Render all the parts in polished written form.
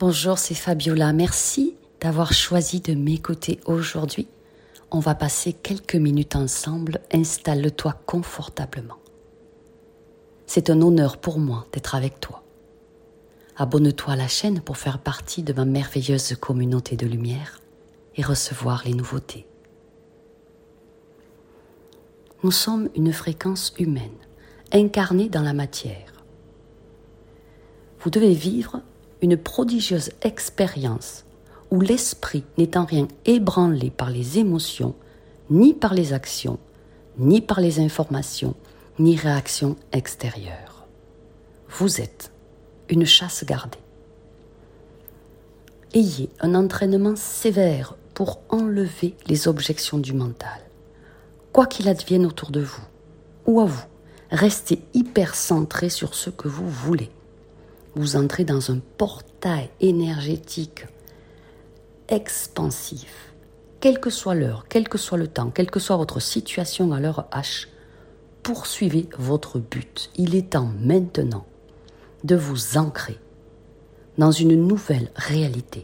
Bonjour, c'est Fabiola. Merci d'avoir choisi de m'écouter aujourd'hui. On va passer quelques minutes ensemble. Installe-toi confortablement. C'est un honneur pour moi d'être avec toi. Abonne-toi à la chaîne pour faire partie de ma merveilleuse communauté de lumière et recevoir les nouveautés. Nous sommes une fréquence humaine, incarnée dans la matière. Vous devez vivre une prodigieuse expérience où l'esprit n'est en rien ébranlé par les émotions, ni par les actions, ni par les informations, ni réactions extérieures. Vous êtes une chasse gardée. Ayez un entraînement sévère pour enlever les objections du mental. Quoi qu'il advienne autour de vous ou à vous, restez hyper centré sur ce que vous voulez. Vous entrez dans un portail énergétique expansif. Quelle que soit l'heure, quel que soit le temps, quelle que soit votre situation à l'heure H, poursuivez votre but. Il est temps maintenant de vous ancrer dans une nouvelle réalité.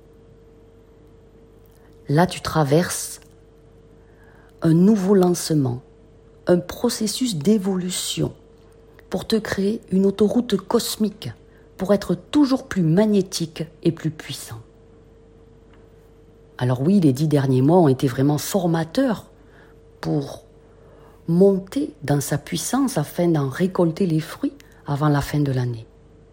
Là, tu traverses un nouveau lancement, un processus d'évolution pour te créer une autoroute cosmique, pour être toujours plus magnétique et plus puissant. Alors oui, les 10 derniers mois ont été vraiment formateurs pour monter dans sa puissance afin d'en récolter les fruits avant la fin de l'année.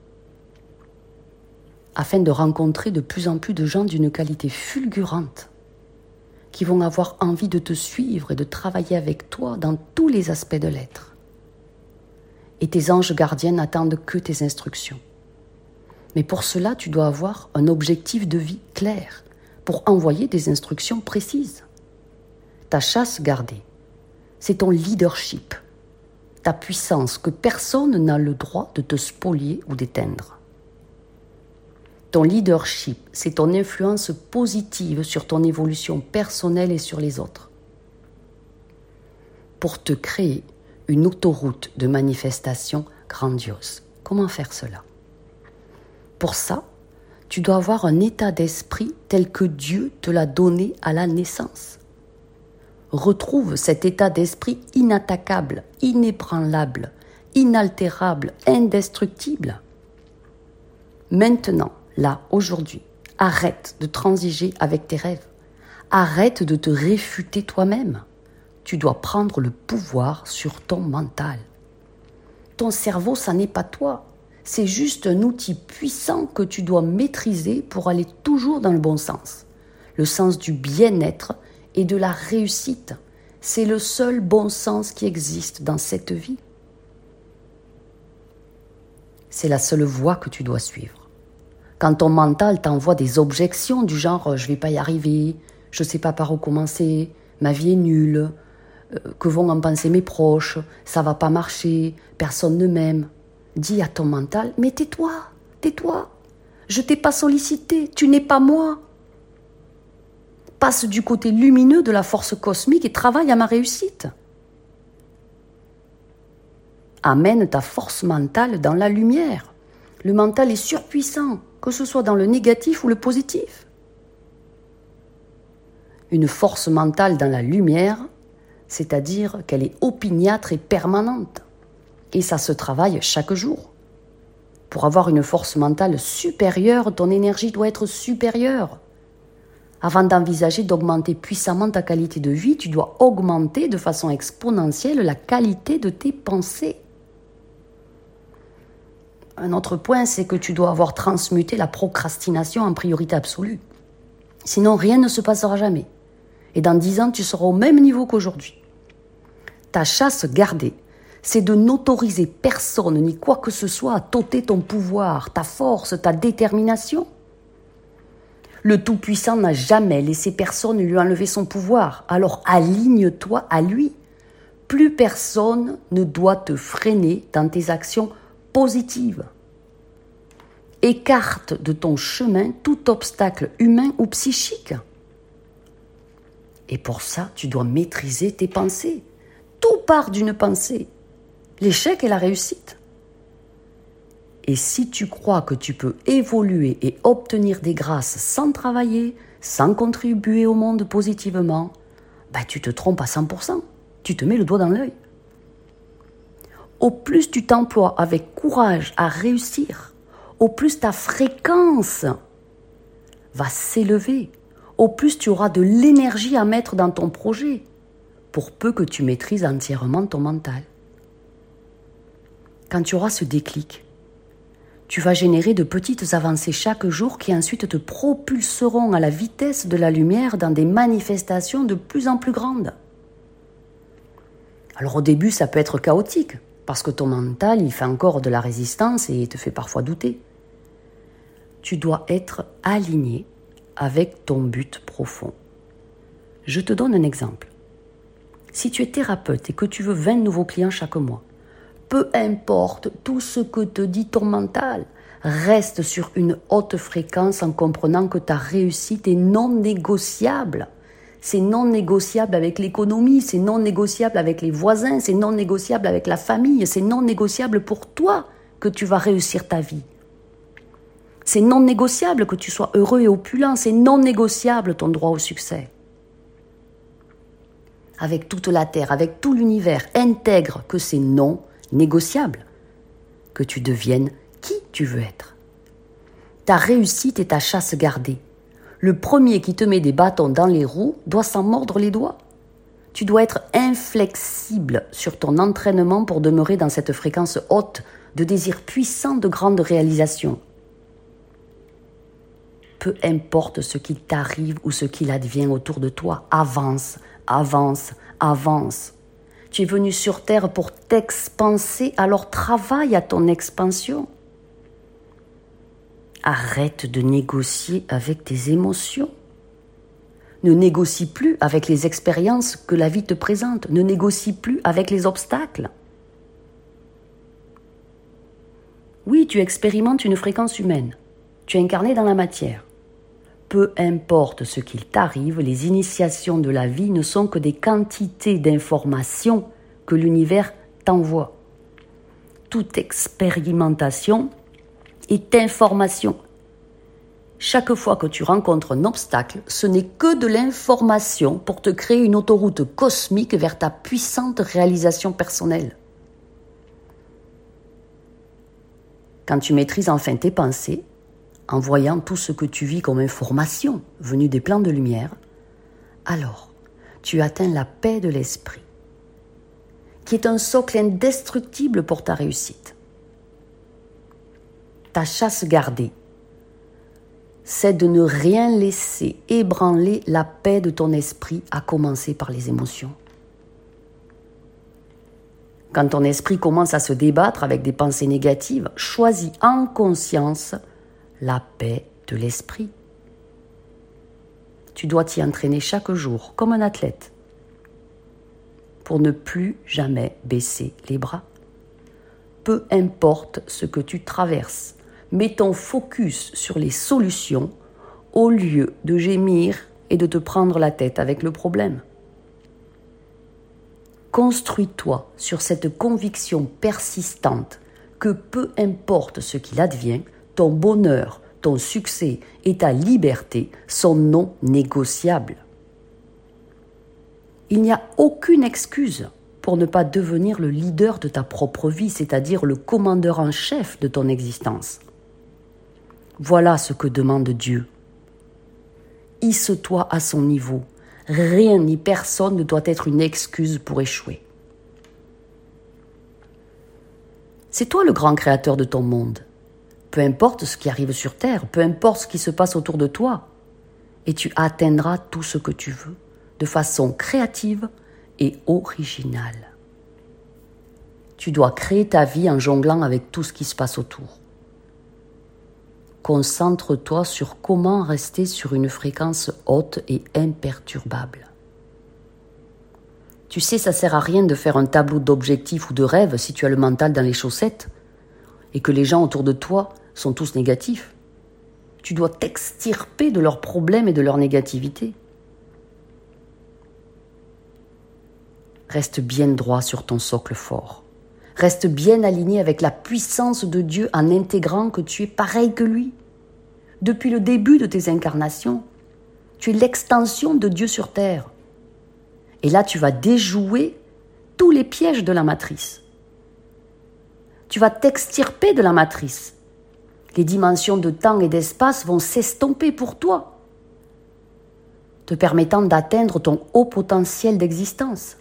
Afin de rencontrer de plus en plus de gens d'une qualité fulgurante qui vont avoir envie de te suivre et de travailler avec toi dans tous les aspects de l'être. Et tes anges gardiens n'attendent que tes instructions. Mais pour cela, tu dois avoir un objectif de vie clair pour envoyer des instructions précises. Ta chasse gardée, c'est ton leadership, ta puissance que personne n'a le droit de te spolier ou d'éteindre. Ton leadership, c'est ton influence positive sur ton évolution personnelle et sur les autres. Pour te créer une autoroute de manifestation grandiose. Comment faire cela ? Pour ça, tu dois avoir un état d'esprit tel que Dieu te l'a donné à la naissance. Retrouve cet état d'esprit inattaquable, inébranlable, inaltérable, indestructible. Maintenant, là, aujourd'hui, arrête de transiger avec tes rêves. Arrête de te réfuter toi-même. Tu dois prendre le pouvoir sur ton mental. Ton cerveau, ça n'est pas toi. C'est juste un outil puissant que tu dois maîtriser pour aller toujours dans le bon sens. Le sens du bien-être et de la réussite. C'est le seul bon sens qui existe dans cette vie. C'est la seule voie que tu dois suivre. Quand ton mental t'envoie des objections du genre « je ne vais pas y arriver »,« je ne sais pas par où commencer »,« ma vie est nulle »,« que vont en penser mes proches »,« ça ne va pas marcher »,« personne ne m'aime », dis à ton mental, mais tais-toi, je t'ai pas sollicité, tu n'es pas moi. Passe du côté lumineux de la force cosmique et travaille à ma réussite. Amène ta force mentale dans la lumière. Le mental est surpuissant, que ce soit dans le négatif ou le positif. Une force mentale dans la lumière, c'est-à-dire qu'elle est opiniâtre et permanente. Et ça se travaille chaque jour. Pour avoir une force mentale supérieure, ton énergie doit être supérieure. Avant d'envisager d'augmenter puissamment ta qualité de vie, tu dois augmenter de façon exponentielle la qualité de tes pensées. Un autre point, c'est que tu dois avoir transmuté la procrastination en priorité absolue. Sinon, rien ne se passera jamais. Et dans 10 ans, tu seras au même niveau qu'aujourd'hui. Ta chasse gardée, c'est de n'autoriser personne ni quoi que ce soit à t'ôter ton pouvoir, ta force, ta détermination. Le Tout-Puissant n'a jamais laissé personne lui enlever son pouvoir, alors aligne-toi à lui. Plus personne ne doit te freiner dans tes actions positives. Écarte de ton chemin tout obstacle humain ou psychique. Et pour ça, tu dois maîtriser tes pensées. Tout part d'une pensée. L'échec et la réussite. Et si tu crois que tu peux évoluer et obtenir des grâces sans travailler, sans contribuer au monde positivement, tu te trompes à 100%. Tu te mets le doigt dans l'œil. Au plus tu t'emploies avec courage à réussir, au plus ta fréquence va s'élever, au plus tu auras de l'énergie à mettre dans ton projet, pour peu que tu maîtrises entièrement ton mental. Quand tu auras ce déclic, tu vas générer de petites avancées chaque jour qui ensuite te propulseront à la vitesse de la lumière dans des manifestations de plus en plus grandes. Alors au début, ça peut être chaotique, parce que ton mental, il fait encore de la résistance et te fait parfois douter. Tu dois être aligné avec ton but profond. Je te donne un exemple. Si tu es thérapeute et que tu veux 20 nouveaux clients chaque mois, peu importe tout ce que te dit ton mental, reste sur une haute fréquence en comprenant que ta réussite est non négociable. C'est non négociable avec l'économie, c'est non négociable avec les voisins, c'est non négociable avec la famille, c'est non négociable pour toi que tu vas réussir ta vie. C'est non négociable que tu sois heureux et opulent, c'est non négociable ton droit au succès. Avec toute la terre, avec tout l'univers, intègre que c'est non négociable, que tu deviennes qui tu veux être. Ta réussite est ta chasse gardée. Le premier qui te met des bâtons dans les roues doit s'en mordre les doigts. Tu dois être inflexible sur ton entraînement pour demeurer dans cette fréquence haute de désir puissant de grandes réalisations. Peu importe ce qui t'arrive ou ce qu'il advient autour de toi, avance, avance, avance. Tu es venu sur Terre pour t'expanser, alors travaille à ton expansion. Arrête de négocier avec tes émotions. Ne négocie plus avec les expériences que la vie te présente. Ne négocie plus avec les obstacles. Oui, tu expérimentes une fréquence humaine. Tu es incarné dans la matière. Peu importe ce qu'il t'arrive, les initiations de la vie ne sont que des quantités d'informations que l'univers t'envoie. Toute expérimentation est information. Chaque fois que tu rencontres un obstacle, ce n'est que de l'information pour te créer une autoroute cosmique vers ta puissante réalisation personnelle. Quand tu maîtrises enfin tes pensées, en voyant tout ce que tu vis comme information venue des plans de lumière, alors tu atteins la paix de l'esprit, qui est un socle indestructible pour ta réussite. Ta chasse gardée, c'est de ne rien laisser ébranler la paix de ton esprit, à commencer par les émotions. Quand ton esprit commence à se débattre avec des pensées négatives, choisis en conscience la paix de l'esprit. Tu dois t'y entraîner chaque jour, comme un athlète, pour ne plus jamais baisser les bras. Peu importe ce que tu traverses, mets ton focus sur les solutions au lieu de gémir et de te prendre la tête avec le problème. Construis-toi sur cette conviction persistante que peu importe ce qu'il advient, ton bonheur, ton succès et ta liberté sont non négociables. Il n'y a aucune excuse pour ne pas devenir le leader de ta propre vie, c'est-à-dire le commandeur en chef de ton existence. Voilà ce que demande Dieu. Hisse-toi à son niveau. Rien ni personne ne doit être une excuse pour échouer. C'est toi le grand créateur de ton monde. Peu importe ce qui arrive sur Terre, peu importe ce qui se passe autour de toi, et tu atteindras tout ce que tu veux, de façon créative et originale. Tu dois créer ta vie en jonglant avec tout ce qui se passe autour. Concentre-toi sur comment rester sur une fréquence haute et imperturbable. Tu sais, ça sert à rien de faire un tableau d'objectifs ou de rêves si tu as le mental dans les chaussettes et que les gens autour de toi sont tous négatifs. Tu dois t'extirper de leurs problèmes et de leur négativité. Reste bien droit sur ton socle fort. Reste bien aligné avec la puissance de Dieu en intégrant que tu es pareil que lui. Depuis le début de tes incarnations, tu es l'extension de Dieu sur terre. Et là, tu vas déjouer tous les pièges de la matrice. Tu vas t'extirper de la matrice. Les dimensions de temps et d'espace vont s'estomper pour toi, te permettant d'atteindre ton haut potentiel d'existence.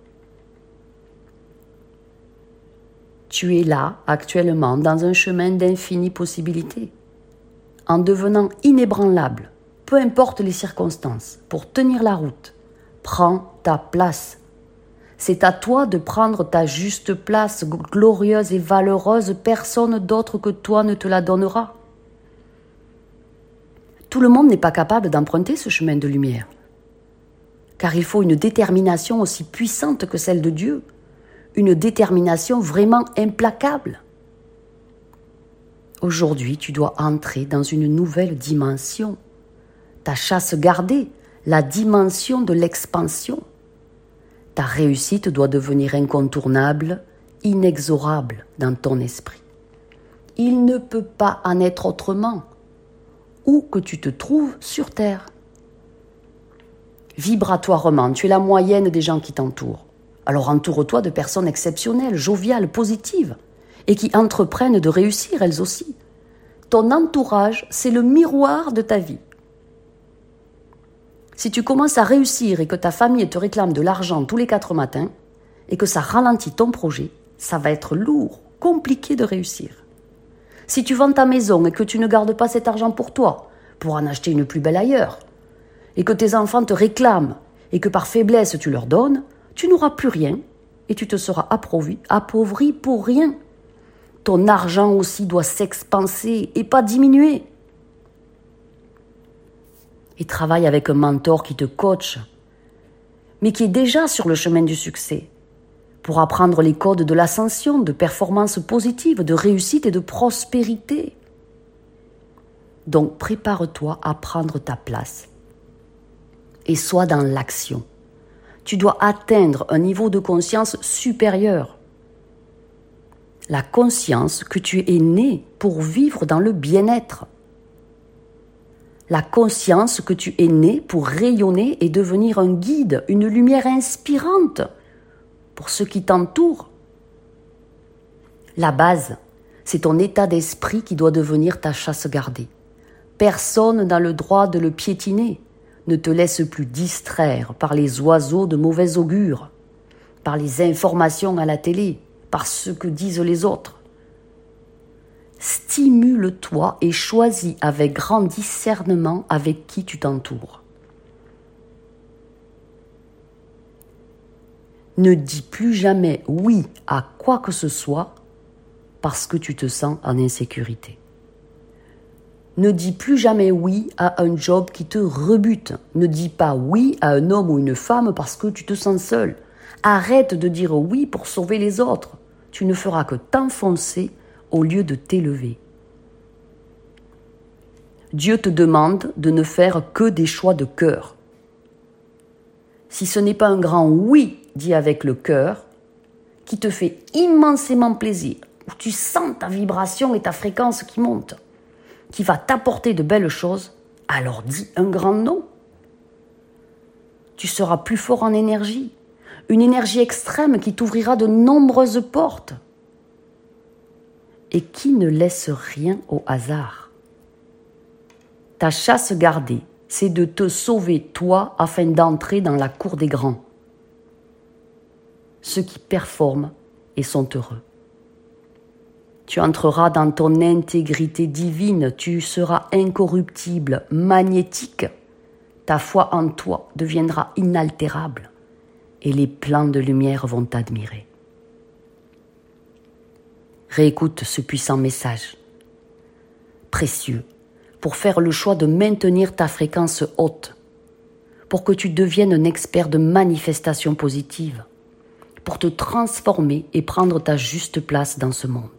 Tu es là, actuellement, dans un chemin d'infinies possibilités. En devenant inébranlable, peu importe les circonstances, pour tenir la route, prends ta place. C'est à toi de prendre ta juste place, glorieuse et valeureuse, personne d'autre que toi ne te la donnera. Tout le monde n'est pas capable d'emprunter ce chemin de lumière, car il faut une détermination aussi puissante que celle de Dieu, une détermination vraiment implacable. Aujourd'hui, tu dois entrer dans une nouvelle dimension, ta chasse gardée, la dimension de l'expansion. Ta réussite doit devenir incontournable, inexorable dans ton esprit. Il ne peut pas en être autrement, où que tu te trouves sur Terre. Vibratoirement, tu es la moyenne des gens qui t'entourent. Alors entoure-toi de personnes exceptionnelles, joviales, positives, et qui entreprennent de réussir elles aussi. Ton entourage, c'est le miroir de ta vie. Si tu commences à réussir et que ta famille te réclame de l'argent tous les 4 matins et que ça ralentit ton projet, ça va être lourd, compliqué de réussir. Si tu vends ta maison et que tu ne gardes pas cet argent pour toi, pour en acheter une plus belle ailleurs, et que tes enfants te réclament et que par faiblesse tu leur donnes, tu n'auras plus rien et tu te seras appauvri pour rien. Ton argent aussi doit s'expanser et pas diminuer. Et travaille avec un mentor qui te coach, mais qui est déjà sur le chemin du succès, pour apprendre les codes de l'ascension, de performance positive, de réussite et de prospérité. Donc prépare-toi à prendre ta place et sois dans l'action. Tu dois atteindre un niveau de conscience supérieur. La conscience que tu es né pour vivre dans le bien-être. La conscience que tu es né pour rayonner et devenir un guide, une lumière inspirante pour ceux qui t'entourent. La base, c'est ton état d'esprit qui doit devenir ta chasse gardée. Personne n'a le droit de le piétiner. Ne te laisse plus distraire par les oiseaux de mauvais augure, par les informations à la télé, par ce que disent les autres. Stimule-toi et choisis avec grand discernement avec qui tu t'entoures. Ne dis plus jamais oui à quoi que ce soit parce que tu te sens en insécurité. Ne dis plus jamais oui à un job qui te rebute. Ne dis pas oui à un homme ou une femme parce que tu te sens seul. Arrête de dire oui pour sauver les autres. Tu ne feras que t'enfoncer au lieu de t'élever. Dieu te demande de ne faire que des choix de cœur. Si ce n'est pas un grand oui dit avec le cœur, qui te fait immensément plaisir, où tu sens ta vibration et ta fréquence qui montent, qui va t'apporter de belles choses, alors dis un grand non. Tu seras plus fort en énergie, une énergie extrême qui t'ouvrira de nombreuses portes et qui ne laisse rien au hasard. Ta chasse gardée, c'est de te sauver toi afin d'entrer dans la cour des grands. Ceux qui performent et sont heureux. Tu entreras dans ton intégrité divine, tu seras incorruptible, magnétique. Ta foi en toi deviendra inaltérable et les plans de lumière vont t'admirer. Réécoute ce puissant message, précieux, pour faire le choix de maintenir ta fréquence haute, pour que tu deviennes un expert de manifestation positive, pour te transformer et prendre ta juste place dans ce monde.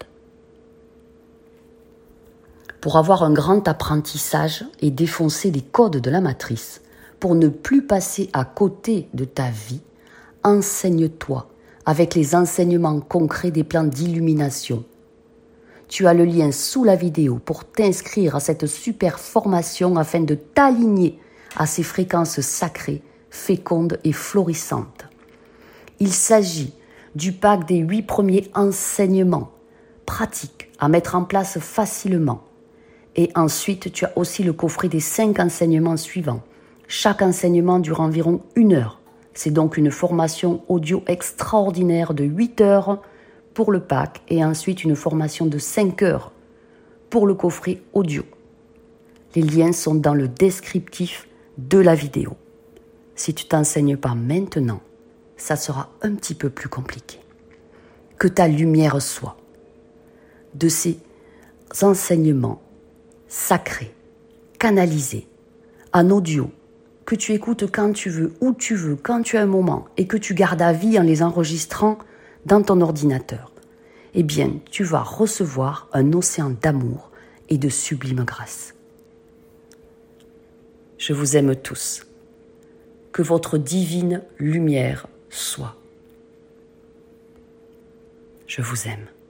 Pour avoir un grand apprentissage et défoncer les codes de la matrice, pour ne plus passer à côté de ta vie, enseigne-toi avec les enseignements concrets des plans d'illumination. Tu as le lien sous la vidéo pour t'inscrire à cette super formation afin de t'aligner à ces fréquences sacrées, fécondes et florissantes. Il s'agit du pack des 8 premiers enseignements pratiques à mettre en place facilement. Et ensuite, tu as aussi le coffret des 5 enseignements suivants. Chaque enseignement dure environ 1 heure. C'est donc une formation audio extraordinaire de 8 heures pour le pack et ensuite une formation de 5 heures pour le coffret audio. Les liens sont dans le descriptif de la vidéo. Si tu t'enseignes pas maintenant, ça sera un petit peu plus compliqué. Que ta lumière soit de ces enseignements sacrés, canalisés, en audio, que tu écoutes quand tu veux, où tu veux, quand tu as un moment, et que tu gardes à vie en les enregistrant dans ton ordinateur, eh bien, tu vas recevoir un océan d'amour et de sublime grâce. Je vous aime tous. Que votre divine lumière soit. Je vous aime.